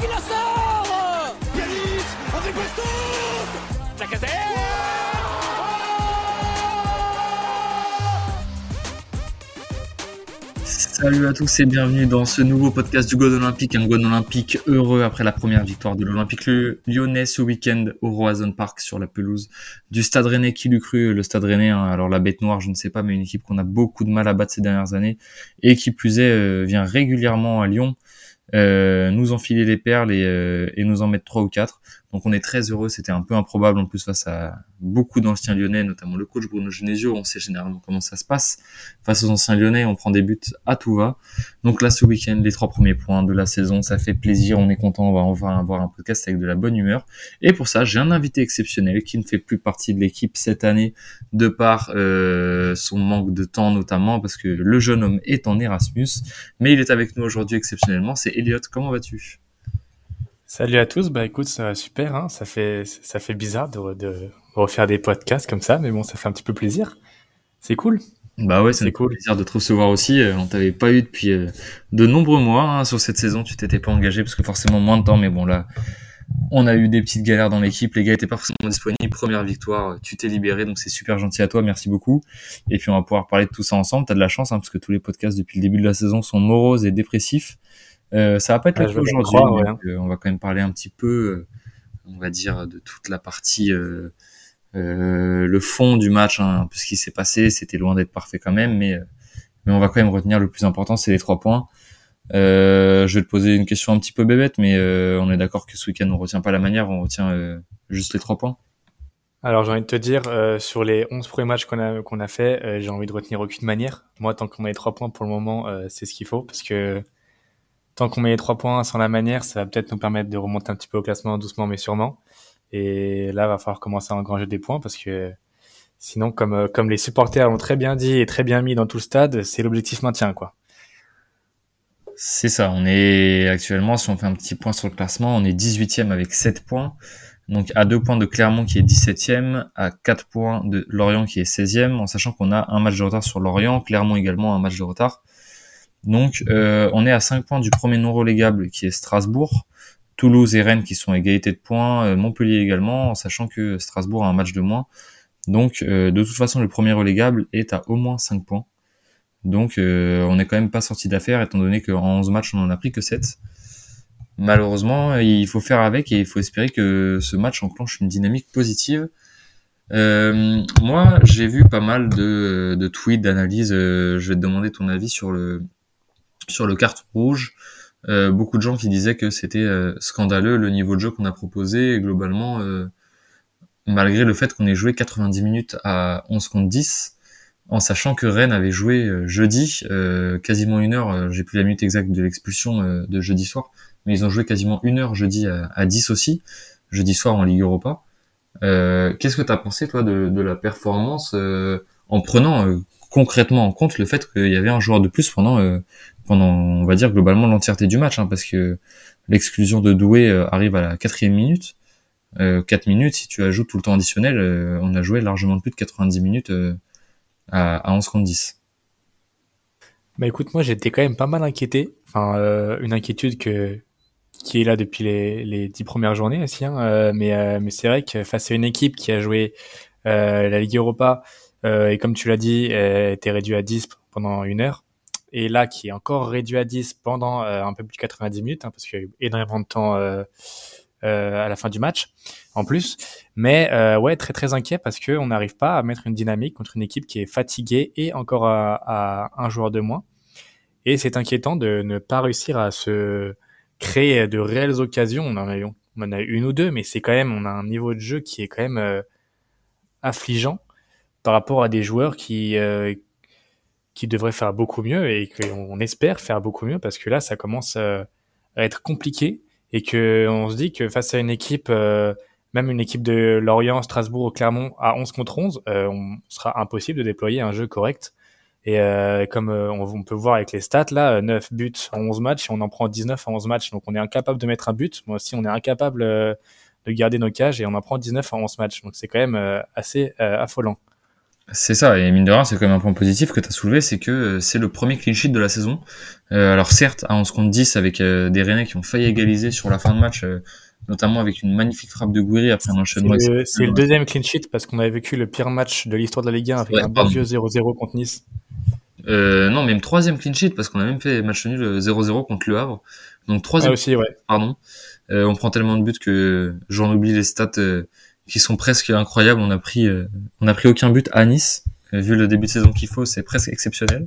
qui la sort. Pjanic, André Bastos, Lacazette. Salut à tous et bienvenue dans ce nouveau podcast du Gone Olympique, un Gone Olympique heureux après la première victoire de l'Olympique lyonnais ce week-end au Roazhon Park sur la pelouse du Stade Rennais. Qui l'eût cru, le Stade Rennais, hein, alors la bête noire je ne sais pas, mais une équipe qu'on a beaucoup de mal à battre ces dernières années et qui plus est vient régulièrement à Lyon nous enfiler les perles et nous en mettre 3 ou 4. Donc on est très heureux, c'était un peu improbable en plus face à beaucoup d'anciens lyonnais, notamment le coach Bruno Genesio. On sait généralement comment ça se passe. Face aux anciens lyonnais, on prend des buts à tout va. Donc là, ce week-end, les 3 premiers points de la saison, ça fait plaisir, on est content, on va avoir un podcast avec de la bonne humeur. Et pour ça, j'ai un invité exceptionnel qui ne fait plus partie de l'équipe cette année de par son manque de temps notamment, parce que le jeune homme est en Erasmus, mais il est avec nous aujourd'hui exceptionnellement, c'est Elliot. Comment vas-tu ? Salut à tous, bah écoute, ça va super, hein. Ça fait bizarre de refaire des podcasts comme ça, mais bon, ça fait un petit peu plaisir. C'est cool. Bah ouais, ça nous fait plaisir de te recevoir aussi. On t'avait pas eu depuis de nombreux mois hein, sur cette saison. Tu t'étais pas engagé parce que forcément moins de temps, mais bon là, on a eu des petites galères dans l'équipe. Les gars étaient pas forcément disponibles. Première victoire, tu t'es libéré, donc c'est super gentil à toi. Merci beaucoup. Et puis on va pouvoir parler de tout ça ensemble. T'as de la chance hein, parce que tous les podcasts depuis le début de la saison sont moroses et dépressifs. Ça va pas être le cas aujourd'hui. On va quand même parler un petit peu, on va dire, de toute la partie, le fond du match, hein, un peu ce qui s'est passé. C'était loin d'être parfait quand même, mais on va quand même retenir le plus important, c'est les 3 points. Je vais te poser une question un petit peu bébête, mais on est d'accord que ce week-end on retient pas la manière, on retient juste les 3 points. Alors j'ai envie de te dire, sur les 11 premiers matchs qu'on a fait, j'ai envie de retenir aucune manière. Moi, tant qu'on a les 3 points pour le moment, c'est ce qu'il faut, parce que tant qu'on met les 3 points sans la manière, ça va peut-être nous permettre de remonter un petit peu au classement doucement mais sûrement. Et là, va falloir commencer à engranger des points parce que sinon, comme les supporters l'ont très bien dit et très bien mis dans tout le stade, c'est l'objectif maintien, quoi. C'est ça, on est actuellement, si on fait un petit point sur le classement, on est 18e avec 7 points. Donc à 2 points de Clermont qui est 17e, à 4 points de Lorient qui est 16e, en sachant qu'on a un match de retard sur Lorient, Clermont également un match de retard. Donc on est à 5 points du premier non relégable qui est Strasbourg, Toulouse et Rennes qui sont à égalité de points, Montpellier également, en sachant que Strasbourg a un match de moins. Donc de toute façon le premier relégable est à au moins 5 points. Donc on n'est quand même pas sorti d'affaire étant donné qu'en 11 matchs on en a pris que 7. Malheureusement il faut faire avec et il faut espérer que ce match enclenche une dynamique positive. Moi j'ai vu pas mal de tweets, d'analyses, je vais te demander ton avis sur le carton rouge. Beaucoup de gens qui disaient que c'était scandaleux le niveau de jeu qu'on a proposé et globalement malgré le fait qu'on ait joué 90 minutes à 11 contre 10 en sachant que Rennes avait joué jeudi quasiment 1 heure, j'ai plus la minute exacte de l'expulsion de jeudi soir, mais ils ont joué quasiment 1 heure jeudi à 10 aussi, jeudi soir en Ligue Europa. Qu'est-ce que t'as pensé toi de la performance en prenant concrètement en compte le fait qu'il y avait un joueur de plus pendant on va dire globalement l'entièreté du match hein, parce que l'exclusion de Doué arrive à la 4e minute. 4 minutes, si tu ajoutes tout le temps additionnel, on a joué largement plus de 90 minutes à 11 contre 10. Bah écoute, moi j'étais quand même pas mal inquiété. Enfin, une inquiétude qui est là depuis les 10 premières journées aussi. Hein. Mais c'est vrai que face à une équipe qui a joué la Ligue Europa et comme tu l'as dit, était réduite à 10 pendant 1 heure. Et là, qui est encore réduit à 10 pendant un peu plus de 90 minutes, hein, parce qu'il y a eu énormément de temps à la fin du match, en plus. Mais ouais, très très inquiet parce qu'on n'arrive pas à mettre une dynamique contre une équipe qui est fatiguée et encore à un joueur de moins. Et c'est inquiétant de ne pas réussir à se créer de réelles occasions. On en a eu 1 ou 2, mais c'est quand même, on a un niveau de jeu qui est quand même affligeant par rapport à des joueurs qui devraient faire beaucoup mieux et qu'on espère faire beaucoup mieux parce que là, ça commence à être compliqué et que on se dit que face à une équipe, même une équipe de Lorient, Strasbourg ou Clermont à 11 contre 11, on sera impossible de déployer un jeu correct. Et comme on peut voir avec les stats, là, 9 buts en 11 matchs, et on en prend 19 en 11 matchs. Donc on est incapable de mettre un but. Moi aussi, on est incapable de garder nos cages et on en prend 19 en 11 matchs. Donc c'est quand même assez affolant. C'est ça, et mine de rien, c'est quand même un point positif que tu as soulevé, c'est que c'est le premier clean sheet de la saison. Alors certes, à 11 contre 10, avec des Rennais qui ont failli égaliser sur la fin de match, notamment avec une magnifique frappe de Gouiri après un enchaînement. C'est le deuxième clean sheet parce qu'on avait vécu le pire match de l'histoire de la Ligue 1 avec un bon vieux 0-0 contre Nice. Non, même troisième clean sheet parce qu'on a même fait match nul 0-0 contre Le Havre. Donc troisième. Ah aussi, ouais. Pardon. On prend tellement de buts que j'en oublie les stats qui sont presque incroyables. On a pris aucun but à Nice. Vu le début de saison qu'il faut, c'est presque exceptionnel.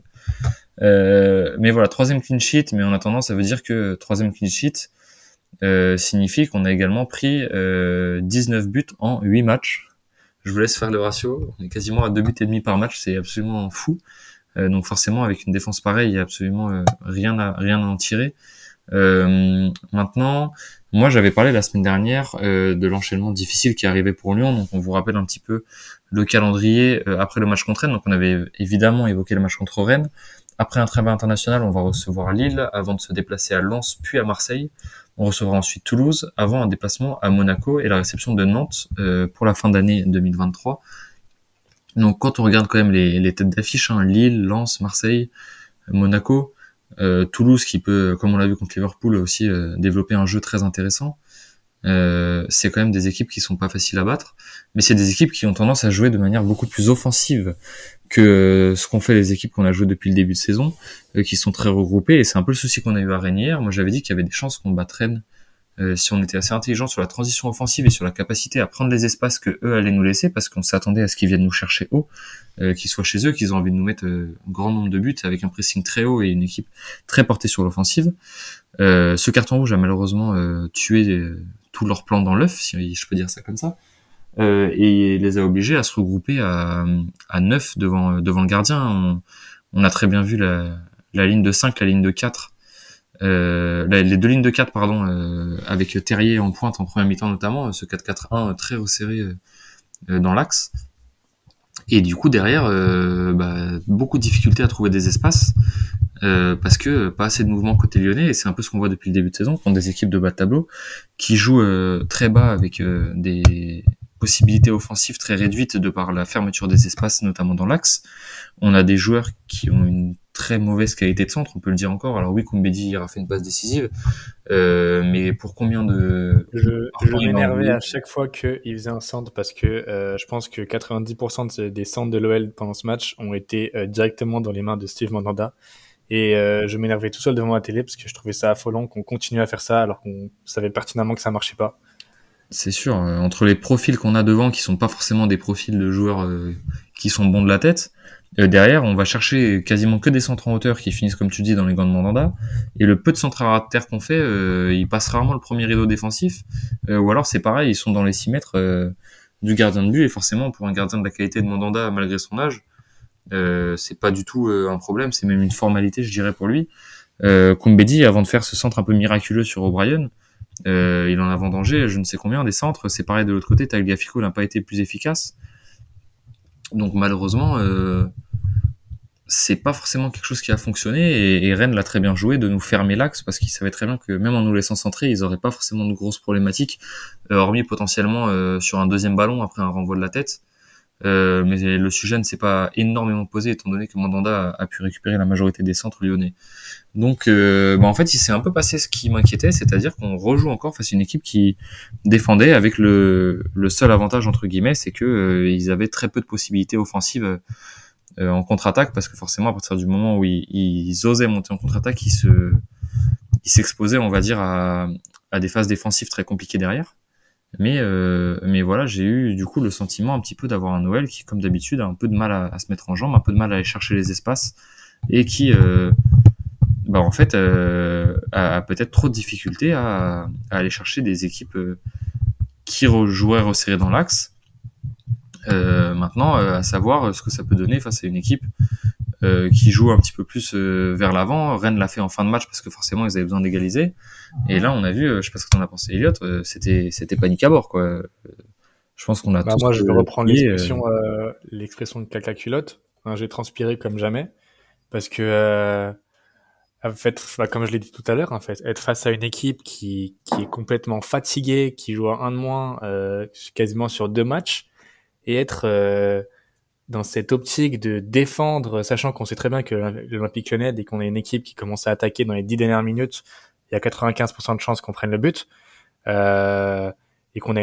Mais voilà, troisième clean sheet. Mais en attendant, ça veut dire que troisième clean sheet signifie qu'on a également pris 19 buts en 8 matchs. Je vous laisse faire le ratio. On est quasiment à 2 buts et demi par match. C'est absolument fou. Donc forcément, avec une défense pareille, il y a absolument rien à en tirer. Maintenant, moi j'avais parlé la semaine dernière de l'enchaînement difficile qui arrivait pour Lyon, donc on vous rappelle un petit peu le calendrier après le match contre Rennes. Donc on avait évidemment évoqué le match contre Rennes. Après un travail international, on va recevoir Lille avant de se déplacer à Lens puis à Marseille. On recevra ensuite Toulouse avant un déplacement à Monaco et la réception de Nantes pour la fin d'année 2023. Donc quand on regarde quand même les têtes d'affiche, Lille, Lens, Marseille, Monaco, Toulouse qui peut, comme on l'a vu contre Liverpool aussi, développer un jeu très intéressant. C'est quand même des équipes qui sont pas faciles à battre, mais c'est des équipes qui ont tendance à jouer de manière beaucoup plus offensive que ce qu'ont fait les équipes qu'on a joué depuis le début de saison, qui sont très regroupées, et c'est un peu le souci qu'on a eu à Rennes hier. Moi j'avais dit qu'il y avait des chances qu'on batte Rennes si on était assez intelligent sur la transition offensive et sur la capacité à prendre les espaces que eux allaient nous laisser, parce qu'on s'attendait à ce qu'ils viennent nous chercher haut, qu'ils soient chez eux, qu'ils ont envie de nous mettre un grand nombre de buts avec un pressing très haut et une équipe très portée sur l'offensive. Ce carton rouge a malheureusement tué tout leur plan dans l'œuf, si je peux dire ça comme ça, et les a obligés à se regrouper à 9 devant le gardien. On a très bien vu la ligne de 5, la ligne de 4, les deux lignes de 4 avec Terrier en pointe en première mi-temps notamment, ce 4-4-1 très resserré dans l'axe, et du coup derrière beaucoup de difficultés à trouver des espaces parce que pas assez de mouvement côté lyonnais, et c'est un peu ce qu'on voit depuis le début de saison contre des équipes de bas de tableau qui jouent très bas avec des possibilités offensives très réduites de par la fermeture des espaces, notamment dans l'axe. On a des joueurs qui ont une très mauvaise qualité de centre, on peut le dire encore. Alors oui, Koumbedi a fait une passe décisive, mais pour combien de... Je m'énervais à chaque fois qu'il faisait un centre parce que je pense que 90% des centres de l'OL pendant ce match ont été directement dans les mains de Steve Mandanda. Et je m'énervais tout seul devant la télé parce que je trouvais ça affolant qu'on continue à faire ça alors qu'on savait pertinemment que ça marchait pas. C'est sûr, entre les profils qu'on a devant qui sont pas forcément des profils de joueurs qui sont bons de la tête, derrière on va chercher quasiment que des centres en hauteur qui finissent comme tu dis dans les gants de Mandanda, et le peu de centres à terre qu'on fait, ils passent rarement le premier rideau défensif, ou alors c'est pareil, ils sont dans les 6 mètres du gardien de but, et forcément pour un gardien de la qualité de Mandanda malgré son âge, c'est pas du tout un problème, c'est même une formalité je dirais pour lui. Koumbedi, avant de faire ce centre un peu miraculeux sur O'Brien, il en a vendangé je ne sais combien des centres. C'est pareil de l'autre côté, Tagliafico n'a pas été plus efficace, donc malheureusement c'est pas forcément quelque chose qui a fonctionné, et Rennes l'a très bien joué de nous fermer l'axe parce qu'ils savaient très bien que même en nous laissant centrer ils auraient pas forcément de grosses problématiques, hormis potentiellement sur un deuxième ballon après un renvoi de la tête. Mais le sujet ne s'est pas énormément posé étant donné que Mandanda a pu récupérer la majorité des centres lyonnais. Donc en fait il s'est un peu passé ce qui m'inquiétait, c'est-à-dire qu'on rejoue encore face à une équipe qui défendait avec le seul avantage entre guillemets, c'est que ils avaient très peu de possibilités offensives en contre-attaque, parce que forcément à partir du moment où ils osaient monter en contre-attaque, ils s'exposaient on va dire à des phases défensives très compliquées derrière. Mais voilà, j'ai eu du coup le sentiment un petit peu d'avoir un Noël qui, comme d'habitude, a un peu de mal à se mettre en jambe, un peu de mal à aller chercher les espaces, et qui, en fait, a peut-être trop de difficultés à aller chercher des équipes qui joueraient resserrées dans l'axe. Maintenant, à savoir ce que ça peut donner face à une équipe qui joue un petit peu plus vers l'avant. Rennes l'a fait en fin de match parce que forcément ils avaient besoin d'égaliser. Et là, on a vu, je sais pas ce que t'en as pensé, Elliot, c'était panique à bord, quoi. Je pense qu'on a tous... Moi, je vais reprendre l'expression de caca culotte. J'ai transpiré comme jamais parce que, en fait, comme je l'ai dit tout à l'heure, en fait, être face à une équipe qui est complètement fatiguée, qui joue à un de moins quasiment sur 2 matchs, et être dans cette optique de défendre, sachant qu'on sait très bien que l'Olympique Lyonnais, dès qu'on est une équipe qui commence à attaquer dans les 10 dernières minutes, il y a 95% de chances qu'on prenne le but, et qu'on a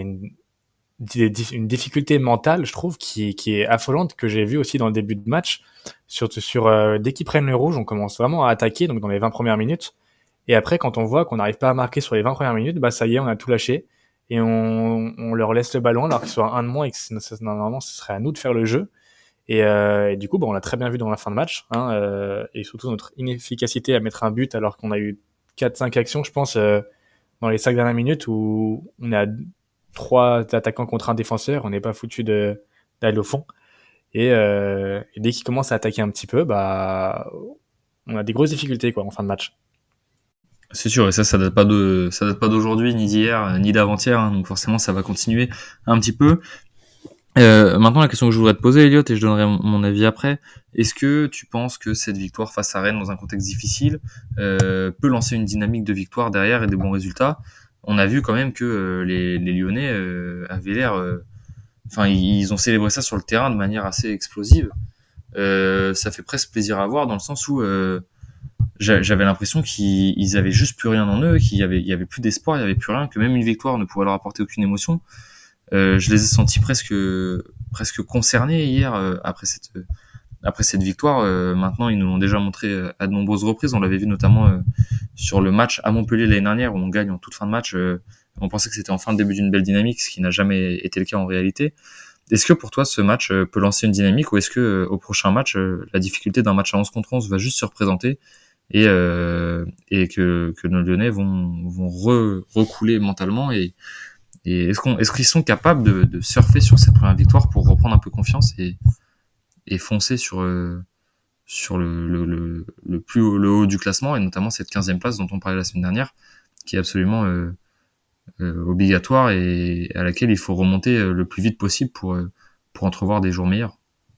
une difficulté mentale, je trouve, qui est affolante, que j'ai vu aussi dans le début de match. Dès qu'ils prennent le rouge, on commence vraiment à attaquer, donc dans les 20 premières minutes. Et après, quand on voit qu'on n'arrive pas à marquer sur les 20 premières minutes, bah ça y est, on a tout lâché. Et on leur laisse le ballon alors qu'ils soient un de moins et que normalement ce serait à nous de faire le jeu. Et du coup, bah, on l'a très bien vu dans la fin de match, hein, et surtout notre inefficacité à mettre un but alors qu'on a eu 4-5 actions, je pense, dans les 5 dernières minutes où on a 3 attaquants contre un défenseur, on n'est pas foutu d'aller au fond. Et dès qu'ils commencent à attaquer un petit peu, bah, on a des grosses difficultés quoi en fin de match. C'est sûr, et ça date pas d'aujourd'hui, ni d'hier, ni d'avant-hier, hein, donc forcément ça va continuer un petit peu. Maintenant, la question que je voudrais te poser, Elliot, et je donnerai mon avis après, est-ce que tu penses que cette victoire face à Rennes dans un contexte difficile peut lancer une dynamique de victoire derrière et de bons résultats? On a vu quand même que les Lyonnais avaient l'air, ils ont célébré ça sur le terrain de manière assez explosive. Ça fait presque plaisir à voir dans le sens où j'avais l'impression qu'ils avaient juste plus rien en eux, qu'il y avait plus d'espoir, il y avait plus rien, que même une victoire ne pourrait leur apporter aucune émotion. Je les ai sentis presque concernés hier après cette victoire. Maintenant, ils nous l'ont déjà montré à de nombreuses reprises. On l'avait vu notamment sur le match à Montpellier l'année dernière où on gagne en toute fin de match. On pensait que c'était enfin le début d'une belle dynamique, ce qui n'a jamais été le cas en réalité. Est-ce que pour toi ce match peut lancer une dynamique, ou est-ce que au prochain match la difficulté d'un match à 11 contre 11 va juste se représenter et que nos Lyonnais vont recouler mentalement, et est-ce qu'ils sont capables de surfer sur cette première victoire pour reprendre un peu confiance et foncer sur le haut du classement, et notamment cette 15e place dont on parlait la semaine dernière, qui est absolument obligatoire et à laquelle il faut remonter le plus vite possible pour entrevoir des jours meilleurs.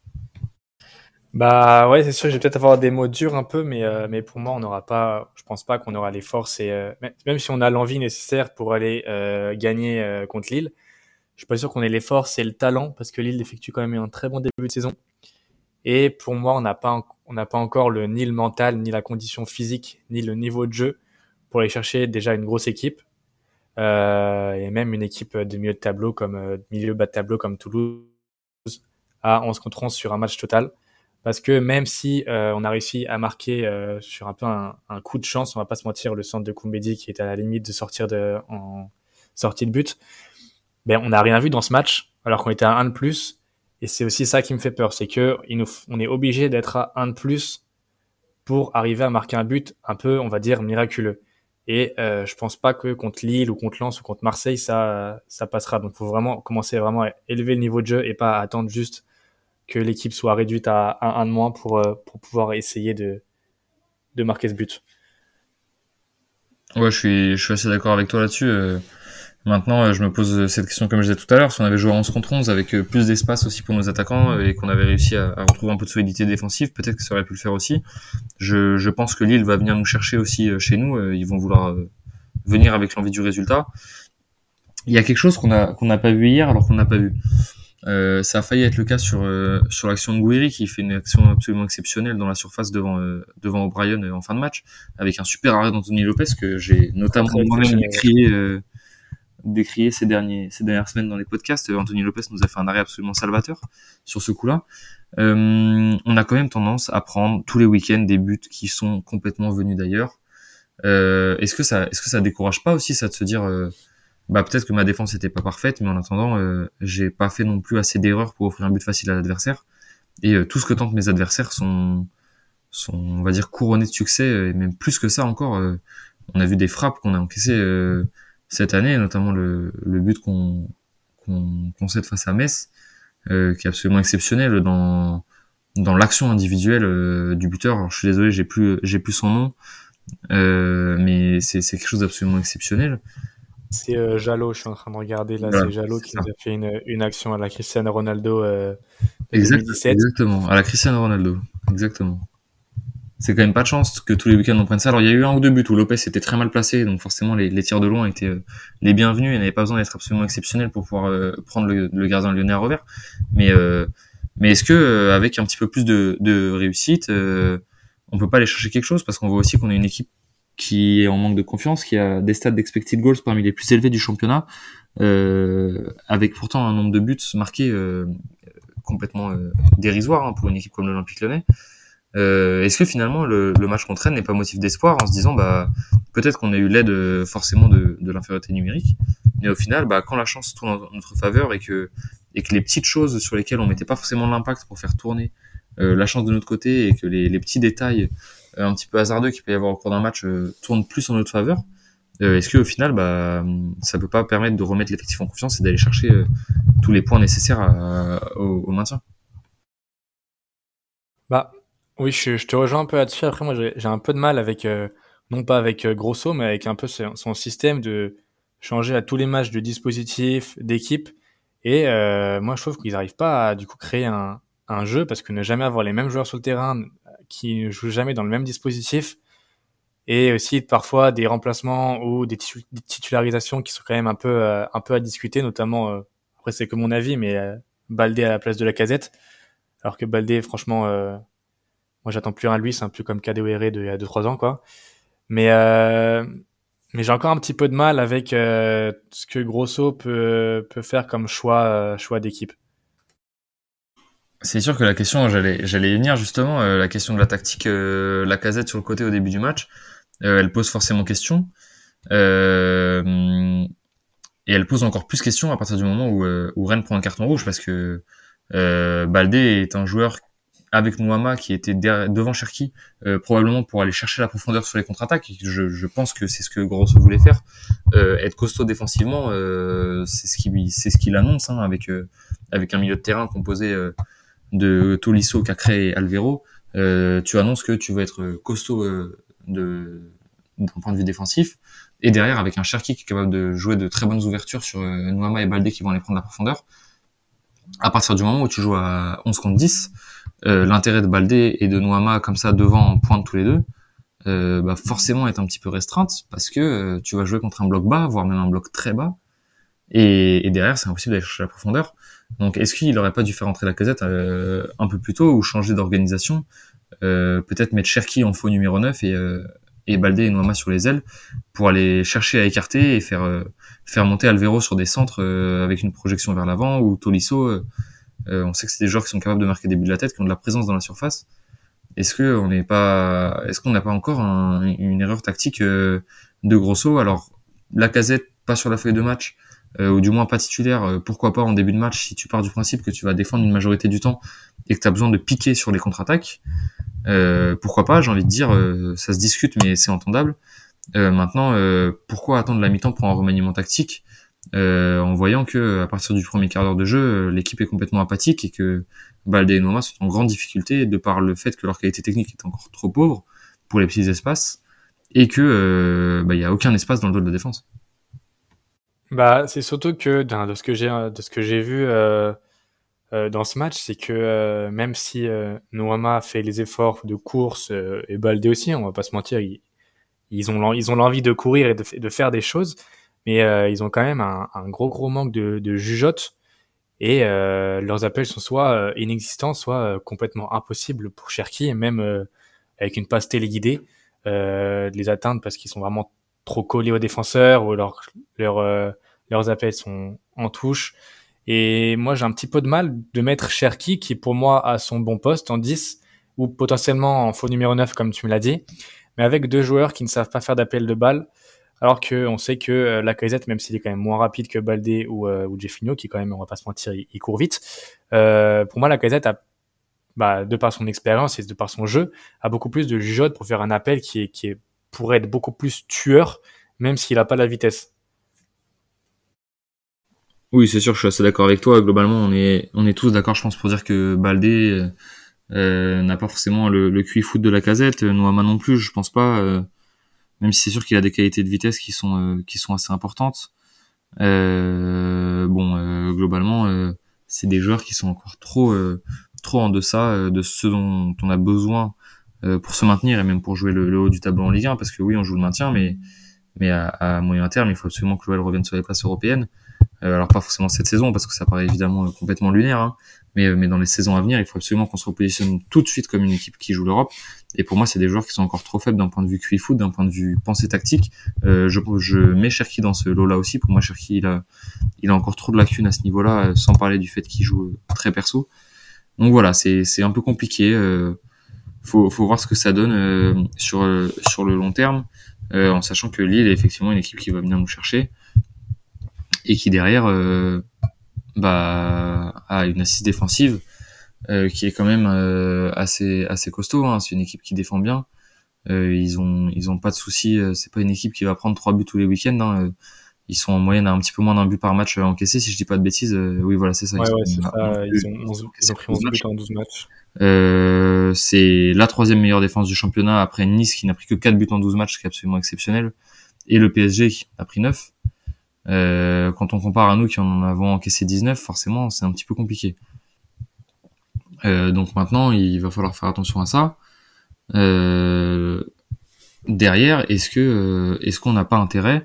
Bah ouais, c'est sûr que je vais peut-être avoir des mots durs un peu, mais pour moi, je pense pas qu'on aura les forces même si on a l'envie nécessaire pour aller gagner contre Lille, je suis pas sûr qu'on ait les forces et le talent parce que Lille effectue quand même un très bon début de saison. Et pour moi, on n'a pas encore ni le mental, ni la condition physique, ni le niveau de jeu pour aller chercher déjà une grosse équipe, et même une équipe de milieu de tableau milieu bas de tableau comme Toulouse à 11 contre 11 sur un match total. Parce que même si on a réussi à marquer sur un peu un coup de chance, on va pas se mentir, le centre de Koumbedi qui était à la limite de sortir en sortie de but, ben on n'a rien vu dans ce match alors qu'on était à 1 de plus. Et c'est aussi ça qui me fait peur, c'est que on est obligé d'être à 1 de plus pour arriver à marquer un but un peu, on va dire, miraculeux. Et je pense pas que contre Lille ou contre Lens ou contre Marseille ça passera. Donc faut vraiment commencer vraiment à élever le niveau de jeu et pas attendre juste que l'équipe soit réduite à 1 de moins pour pouvoir essayer de marquer ce but. Ouais, je suis assez d'accord avec toi là-dessus. Maintenant, je me pose cette question comme je disais tout à l'heure. Si on avait joué à 11 contre 11 avec plus d'espace aussi pour nos attaquants et qu'on avait réussi à retrouver un peu de solidité défensive, peut-être que ça aurait pu le faire aussi. Je pense que Lille va venir nous chercher aussi chez nous. Ils vont vouloir venir avec l'envie du résultat. Il y a quelque chose qu'on n'a pas vu hier alors qu'on n'a pas vu. Ça a failli être le cas sur l'action de Gouiri, qui fait une action absolument exceptionnelle dans la surface devant O'Brien en fin de match, avec un super arrêt d'Anthony Lopez que j'ai notamment moi-même décrié ces dernières semaines dans les podcasts. Anthony Lopez nous a fait un arrêt absolument salvateur sur ce coup-là. On a quand même tendance à prendre tous les week-ends des buts qui sont complètement venus d'ailleurs. Est-ce que ça décourage pas aussi, ça, de se dire peut-être que ma défense était pas parfaite, mais en attendant j'ai pas fait non plus assez d'erreurs pour offrir un but facile à l'adversaire, et tout ce que tentent mes adversaires sont on va dire couronnés de succès, et même plus que ça encore. On a vu des frappes qu'on a encaissées cette année, notamment le but qu'on cède face à Metz, qui est absolument exceptionnel dans l'action individuelle du buteur. Alors je suis désolé, j'ai plus son nom, mais c'est quelque chose d'absolument exceptionnel. C'est Jalot, je suis en train de regarder là, voilà, c'est Jalot qui nous a fait une action à la Cristiano Ronaldo 2017. Exactement, à la Cristiano Ronaldo, exactement. C'est quand même pas de chance que tous les week-ends on prenne ça. Alors il y a eu 1 ou 2 buts où Lopez était très mal placé, donc forcément les tirs de loin étaient les bienvenus, et n'avaient pas besoin d'être absolument exceptionnels pour pouvoir prendre le gardien lyonnais à revers. Mais Mais est-ce que avec un petit peu plus de réussite, on peut pas aller chercher quelque chose? Parce qu'on voit aussi qu'on est une équipe qui est en manque de confiance, qui a des stats d'expected goals parmi les plus élevés du championnat, avec pourtant un nombre de buts marqués complètement dérisoire pour une équipe comme l'Olympique Lyonnais. Est-ce que finalement le match contre Rennes n'est pas motif d'espoir en se disant peut-être qu'on a eu l'aide forcément de l'infériorité numérique, mais au final quand la chance tourne en notre faveur et que les petites choses sur lesquelles on mettait pas forcément l'impact pour faire tourner la chance de notre côté, et que les petits détails un petit peu hasardeux qu'il peut y avoir au cours d'un match tournent plus en notre faveur, est-ce que au final ça peut pas permettre de remettre l'effectif en confiance et d'aller chercher tous les points nécessaires au maintien? Bah, oui, je te rejoins un peu là-dessus. Après, moi, j'ai un peu de mal avec, non pas avec Grosso, mais avec un peu son système de changer à tous les matchs de dispositif, d'équipe. Et moi, je trouve qu'ils n'arrivent pas à, du coup, créer un jeu, parce que ne jamais avoir les mêmes joueurs sur le terrain qui ne jouent jamais dans le même dispositif, et aussi parfois des remplacements ou des titularisations qui sont quand même un peu à discuter, notamment, après, c'est que mon avis, mais Baldé à la place de Lacazette. Alors que Baldé, franchement, moi, j'attends plus un lui, c'est un peu comme Kadewere il y a 2-3 ans, quoi. Mais, euh, mais j'ai encore un petit peu de mal avec ce que Grosso peut faire comme choix d'équipe. C'est sûr que la question, j'allais y venir justement, la question de la tactique, Lacazette sur le côté au début du match, elle pose forcément question. Euh, et elle pose encore plus question à partir du moment où Rennes prend un carton rouge, parce que Baldé est un joueur avec Nouama qui était devant Cherki, probablement pour aller chercher la profondeur sur les contre-attaques. Je pense que c'est ce que Grosso voulait faire, être costaud défensivement, c'est ce qu'il annonce, avec un milieu de terrain composé de Tolisso, Cacré et Alvero. Tu annonces que tu veux être costaud d'un point de vue défensif, et derrière avec un Cherki qui est capable de jouer de très bonnes ouvertures sur Nouama et Baldé qui vont aller prendre la profondeur. À partir du moment où tu joues à 11 contre 10, l'intérêt de Baldé et de Nouama comme ça devant en pointe tous les deux, forcément est un petit peu restreinte, parce que tu vas jouer contre un bloc bas, voire même un bloc très bas, et derrière c'est impossible d'aller chercher la profondeur. Donc est-ce qu'il aurait pas dû faire entrer Lacazette un peu plus tôt, ou changer d'organisation, peut-être mettre Cherki en faux numéro 9 et Baldé et Nouama sur les ailes, pour aller chercher à écarter et faire monter Alvero sur des centres avec une projection vers l'avant, ou Tolisso, on sait que c'est des joueurs qui sont capables de marquer des buts de la tête, qui ont de la présence dans la surface. Est-ce qu'on n'a pas encore une erreur tactique de Grosso? Alors Lacazette pas sur la feuille de match, ou du moins pas titulaire, pourquoi pas en début de match, si tu pars du principe que tu vas défendre une majorité du temps et que tu as besoin de piquer sur les contre-attaques, pourquoi pas, j'ai envie de dire, ça se discute mais c'est entendable. Maintenant, pourquoi attendre la mi-temps pour un remaniement tactique, en voyant que à partir du premier quart d'heure de jeu, l'équipe est complètement apathique, et que Baldé et Noama sont en grande difficulté de par le fait que leur qualité technique est encore trop pauvre pour les petits espaces, et que y a aucun espace dans le dos de la défense. Bah, c'est surtout que de ce que j'ai vu dans ce match, c'est que même si Noama fait les efforts de course, et Baldé aussi, on va pas se mentir, ils ont l'envie de courir et de faire des choses, mais ils ont quand même un gros manque de jugeote, et leurs appels sont soit inexistants, soit complètement impossibles pour Cherki, et même avec une passe téléguidée, de les atteindre, parce qu'ils sont vraiment trop collés aux défenseurs, ou leurs appels sont en touche. Et moi, j'ai un petit peu de mal de mettre Cherki, qui pour moi a son bon poste en 10, ou potentiellement en faux numéro 9, comme tu me l'as dit, mais avec deux joueurs qui ne savent pas faire d'appel de balle, alors que on sait que Lacazette, même s'il est quand même moins rapide que Baldé ou Jefinho, qui quand même, on va pas se mentir, il court vite. Pour moi, Lacazette de par son expérience et de par son jeu, a beaucoup plus de jugeote pour faire un appel pourrait être beaucoup plus tueur, même s'il a pas la vitesse. Oui, c'est sûr, je suis assez d'accord avec toi. Globalement, on est tous d'accord, je pense, pour dire que Baldé n'a pas forcément le QI foot de Lacazette, Noama non plus, je pense pas. Même si c'est sûr qu'il a des qualités de vitesse qui sont assez importantes. Globalement, c'est des joueurs qui sont encore trop en deçà de ce dont on a besoin pour se maintenir, et même pour jouer le haut du tableau en Ligue 1, parce que oui, on joue le maintien, mais à moyen terme, il faut absolument que l'OL revienne sur les places européennes. Alors pas forcément cette saison parce que ça paraît évidemment complètement lunaire, hein, mais dans les saisons à venir, il faut absolument qu'on se repositionne tout de suite comme une équipe qui joue l'Europe. Et pour moi, c'est des joueurs qui sont encore trop faibles d'un point de vue QI foot, d'un point de vue pensée tactique. Je mets Cherki dans ce lot-là aussi. Pour moi, Cherki, il a encore trop de lacunes à ce niveau-là, sans parler du fait qu'il joue très perso. Donc voilà, c'est un peu compliqué. Faut voir ce que ça donne sur le long terme, en sachant que Lille est effectivement une équipe qui va venir nous chercher et qui derrière a une assise défensive qui est quand même assez costaud, hein. C'est une équipe qui défend bien. Ils ont pas de soucis. C'est pas une équipe qui va prendre 3 buts tous les week-ends, hein. Ils sont en moyenne à un petit peu moins d'un but par match encaissé, si je dis pas de bêtises. Oui, voilà, c'est ça. Ouais, c'est ça. Ils ont pris 11 buts en 12 matchs. C'est la 3e meilleure défense du championnat après Nice qui n'a pris que 4 buts en 12 matchs, ce qui est absolument exceptionnel. Et le PSG qui a pris 9. Quand on compare à nous qui en avons encaissé 19, forcément, c'est un petit peu compliqué. Donc maintenant, il va falloir faire attention à ça. Derrière, est-ce qu'on n'a pas intérêt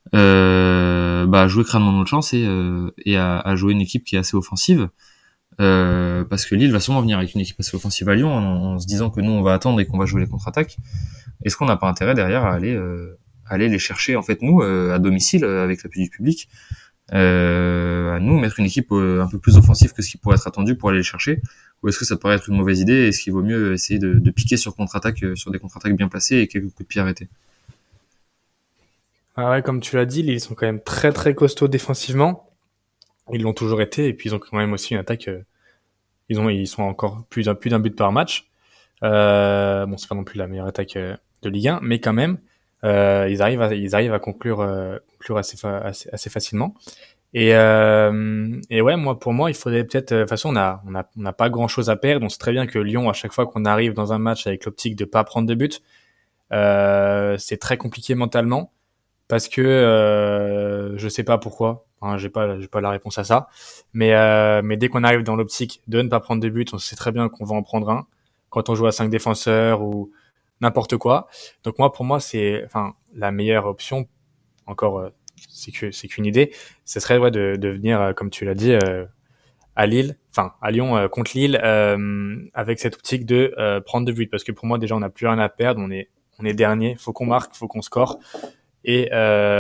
à jouer crânement notre chance et à jouer une équipe qui est assez offensive, parce que Lille va sûrement venir avec une équipe assez offensive à Lyon en se disant que nous on va attendre et qu'on va jouer les contre-attaques. Est-ce qu'on n'a pas intérêt derrière à aller les chercher en fait nous à domicile avec l'appui du public, à nous mettre une équipe un peu plus offensive que ce qui pourrait être attendu pour aller les chercher, ou est-ce que ça te paraît être une mauvaise idée? Est-ce qu'il vaut mieux essayer de piquer sur contre-attaque, sur des contre-attaques bien placées et quelques coups de pied arrêtés? Ah ouais, comme tu l'as dit, ils sont quand même très très costauds défensivement. Ils l'ont toujours été, et puis ils ont quand même aussi une attaque. Ils sont encore plus d'un but par match. Bon, c'est pas non plus la meilleure attaque de Ligue 1, mais quand même, ils arrivent à conclure assez facilement. Et ouais, pour moi, il faudrait peut-être. De toute façon, on a pas grand chose à perdre. On sait très bien que Lyon, à chaque fois qu'on arrive dans un match avec l'optique de pas prendre de but, c'est très compliqué mentalement. Parce que je sais pas pourquoi, hein, j'ai pas la réponse à ça, mais dès qu'on arrive dans l'optique de ne pas prendre de but, on sait très bien qu'on va en prendre un quand on joue à 5 défenseurs ou n'importe quoi. Donc pour moi c'est la meilleure option, encore c'est qu'une idée, ce serait de venir comme tu l'as dit à Lyon contre Lille avec cette optique de prendre de but, parce que pour moi déjà on n'a plus rien à perdre, on est dernier, faut qu'on marque, faut qu'on score. Et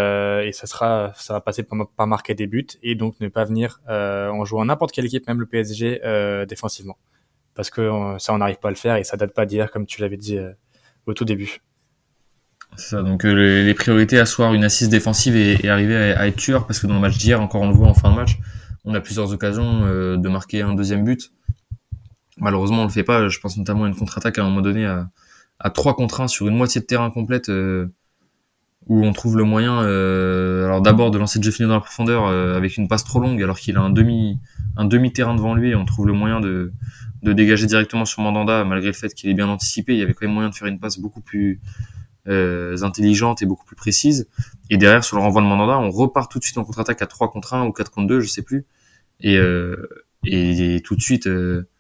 ça va passer par marquer des buts et donc ne pas venir en jouant n'importe quelle équipe, même le PSG défensivement, parce que ça on n'arrive pas à le faire et ça date pas d'hier comme tu l'avais dit au tout début. C'est ça, donc les priorités, asseoir une assise défensive et arriver à être tueur, parce que dans le match d'hier, encore on le voit en fin de match, on a plusieurs occasions de marquer un deuxième but. Malheureusement on le fait pas. Je pense notamment à une contre-attaque à un moment donné à 3 contre 1 sur une moitié de terrain complète, où on trouve le moyen alors d'abord de lancer Jeffinho dans la profondeur avec une passe trop longue alors qu'il a un demi terrain devant lui, et on trouve le moyen de dégager directement sur Mandanda, malgré le fait qu'il est bien anticipé. Il y avait quand même moyen de faire une passe beaucoup plus intelligente et beaucoup plus précise, et derrière sur le renvoi de Mandanda on repart tout de suite en contre-attaque à 3 contre 1 ou 4 contre 2, je sais plus, et tout de suite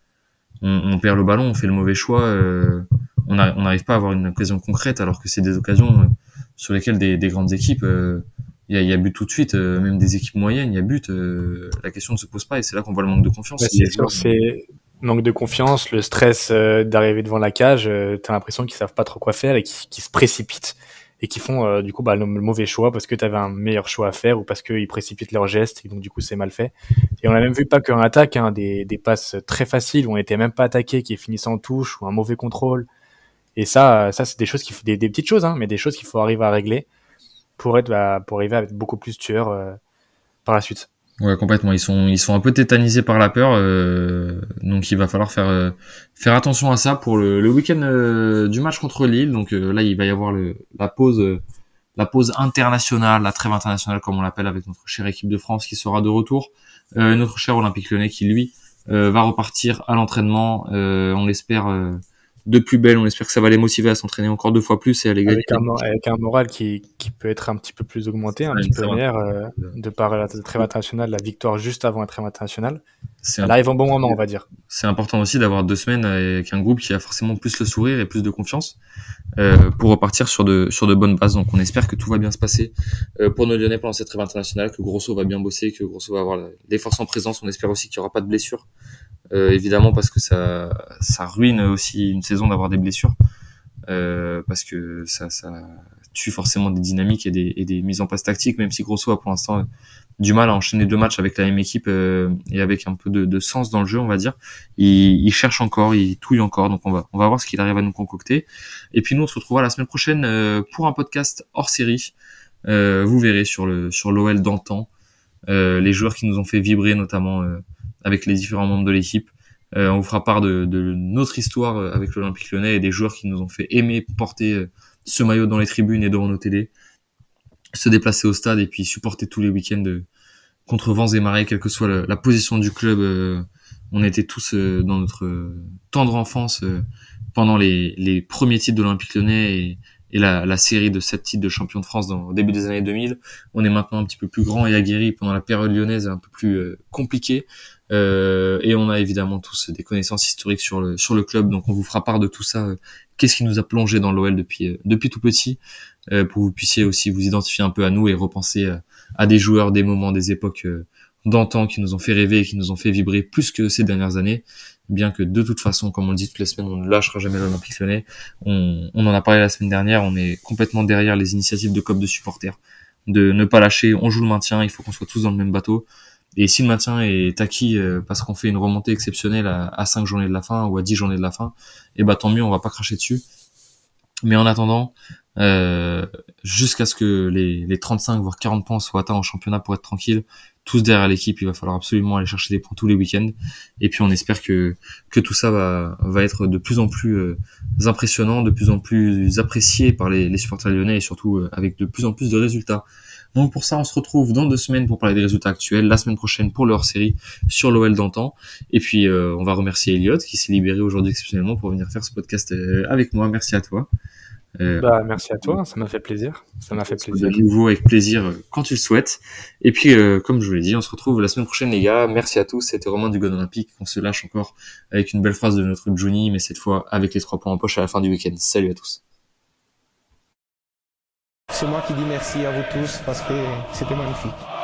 on perd le ballon, on fait le mauvais choix, on n'arrive pas à avoir une occasion concrète, alors que c'est des occasions sur lesquelles des grandes équipes, il y a but tout de suite, même des équipes moyennes, il y a but, la question ne se pose pas, et c'est là qu'on voit le manque de confiance. Ouais, c'est sûr, c'est manque de confiance, le stress d'arriver devant la cage, t'as l'impression qu'ils savent pas trop quoi faire et qu'ils se précipitent et qu'ils font du coup le mauvais choix parce que t'avais un meilleur choix à faire ou parce qu'ils précipitent leurs gestes et donc du coup c'est mal fait. Et on a même vu pas qu'en attaque, hein, des passes très faciles où on était même pas attaqué qui finissent en touche ou un mauvais contrôle. Et ça c'est des choses des petites choses, hein, mais des choses qu'il faut arriver à régler pour arriver à être beaucoup plus tueur par la suite. Ouais, complètement. Ils sont un peu tétanisés par la peur, donc il va falloir faire attention à ça pour le week-end du match contre Lille. Donc là, il va y avoir la pause internationale, la trêve internationale comme on l'appelle, avec notre chère équipe de France qui sera de retour, notre cher Olympique Lyonnais qui lui va repartir à l'entraînement, on l'espère de plus belle. On espère que ça va les motiver à s'entraîner encore 2 fois plus et à les gagner. Avec un moral qui peut être un petit peu plus augmenté, un petit peu meilleur, de par la trêve internationale, la victoire juste avant la trêve internationale. Elle arrive en bon moment, on va dire. C'est important aussi d'avoir 2 semaines avec un groupe qui a forcément plus le sourire et plus de confiance pour repartir sur de bonnes bases. Donc on espère que tout va bien se passer pour nos Lyonnais pendant cette trêve internationale, que Grosso va bien bosser, que Grosso va avoir des forces en présence. On espère aussi qu'il n'y aura pas de blessures, évidemment, parce que ça ruine aussi une saison d'avoir des blessures, parce que ça tue forcément des dynamiques et des mises en place tactiques, même si Grosso a pour l'instant du mal à enchaîner 2 matchs avec la même équipe et avec un peu de sens dans le jeu, on va dire. Il cherche encore, il touille encore, donc on va voir ce qu'il arrive à nous concocter. Et puis nous, on se retrouvera la semaine prochaine pour un podcast hors série. Vous verrez sur l'OL d'antan, les joueurs qui nous ont fait vibrer, notamment avec les différents membres de l'équipe. On vous fera part de notre histoire avec l'Olympique Lyonnais et des joueurs qui nous ont fait aimer porter ce maillot dans les tribunes et devant nos télés, se déplacer au stade et puis supporter tous les week-ends contre vents et marées, quelle que soit la position du club. On était tous dans notre tendre enfance pendant les premiers titres de l'Olympique Lyonnais et la série de 7 titres de champion de France au début des années 2000. On est maintenant un petit peu plus grand et aguerri pendant la période lyonnaise un peu plus compliquée. Et on a évidemment tous des connaissances historiques sur le club, donc on vous fera part de tout ça. Qu'est-ce qui nous a plongé dans l'OL depuis tout petit, pour que vous puissiez aussi vous identifier un peu à nous et repenser à des joueurs, des moments, des époques d'antan qui nous ont fait rêver et qui nous ont fait vibrer plus que ces dernières années, bien que de toute façon, comme on le dit toutes les semaines, on ne lâchera jamais l'Olympique Lyonnais. On en a parlé la semaine dernière, on est complètement derrière les initiatives de COP de supporters, de ne pas lâcher, on joue le maintien, il faut qu'on soit tous dans le même bateau. Et si le maintien est acquis parce qu'on fait une remontée exceptionnelle à 5 journées de la fin ou à 10 journées de la fin, et bah tant mieux, on va pas cracher dessus. Mais en attendant, jusqu'à ce que les 35 voire 40 points soient atteints en championnat pour être tranquille, tous derrière l'équipe, il va falloir absolument aller chercher des points tous les week-ends. Et puis on espère que tout ça va être de plus en plus impressionnant, de plus en plus apprécié par les supporters lyonnais et surtout avec de plus en plus de résultats. Donc pour ça, on se retrouve dans 2 semaines pour parler des résultats actuels, la semaine prochaine pour leur série sur l'OL d'antan. Et puis on va remercier Elliot qui s'est libéré aujourd'hui exceptionnellement pour venir faire ce podcast avec moi. Merci à toi. Merci à toi, ça m'a fait plaisir. Ça m'a fait plaisir. De nouveau avec plaisir quand tu le souhaites. Et puis comme je vous l'ai dit, on se retrouve la semaine prochaine les gars. Merci à tous, c'était Romain du God Olympique. On se lâche encore avec une belle phrase de notre Johnny, mais cette fois avec les 3 points en poche à la fin du week-end. Salut à tous. C'est moi qui dis merci à vous tous parce que c'était magnifique.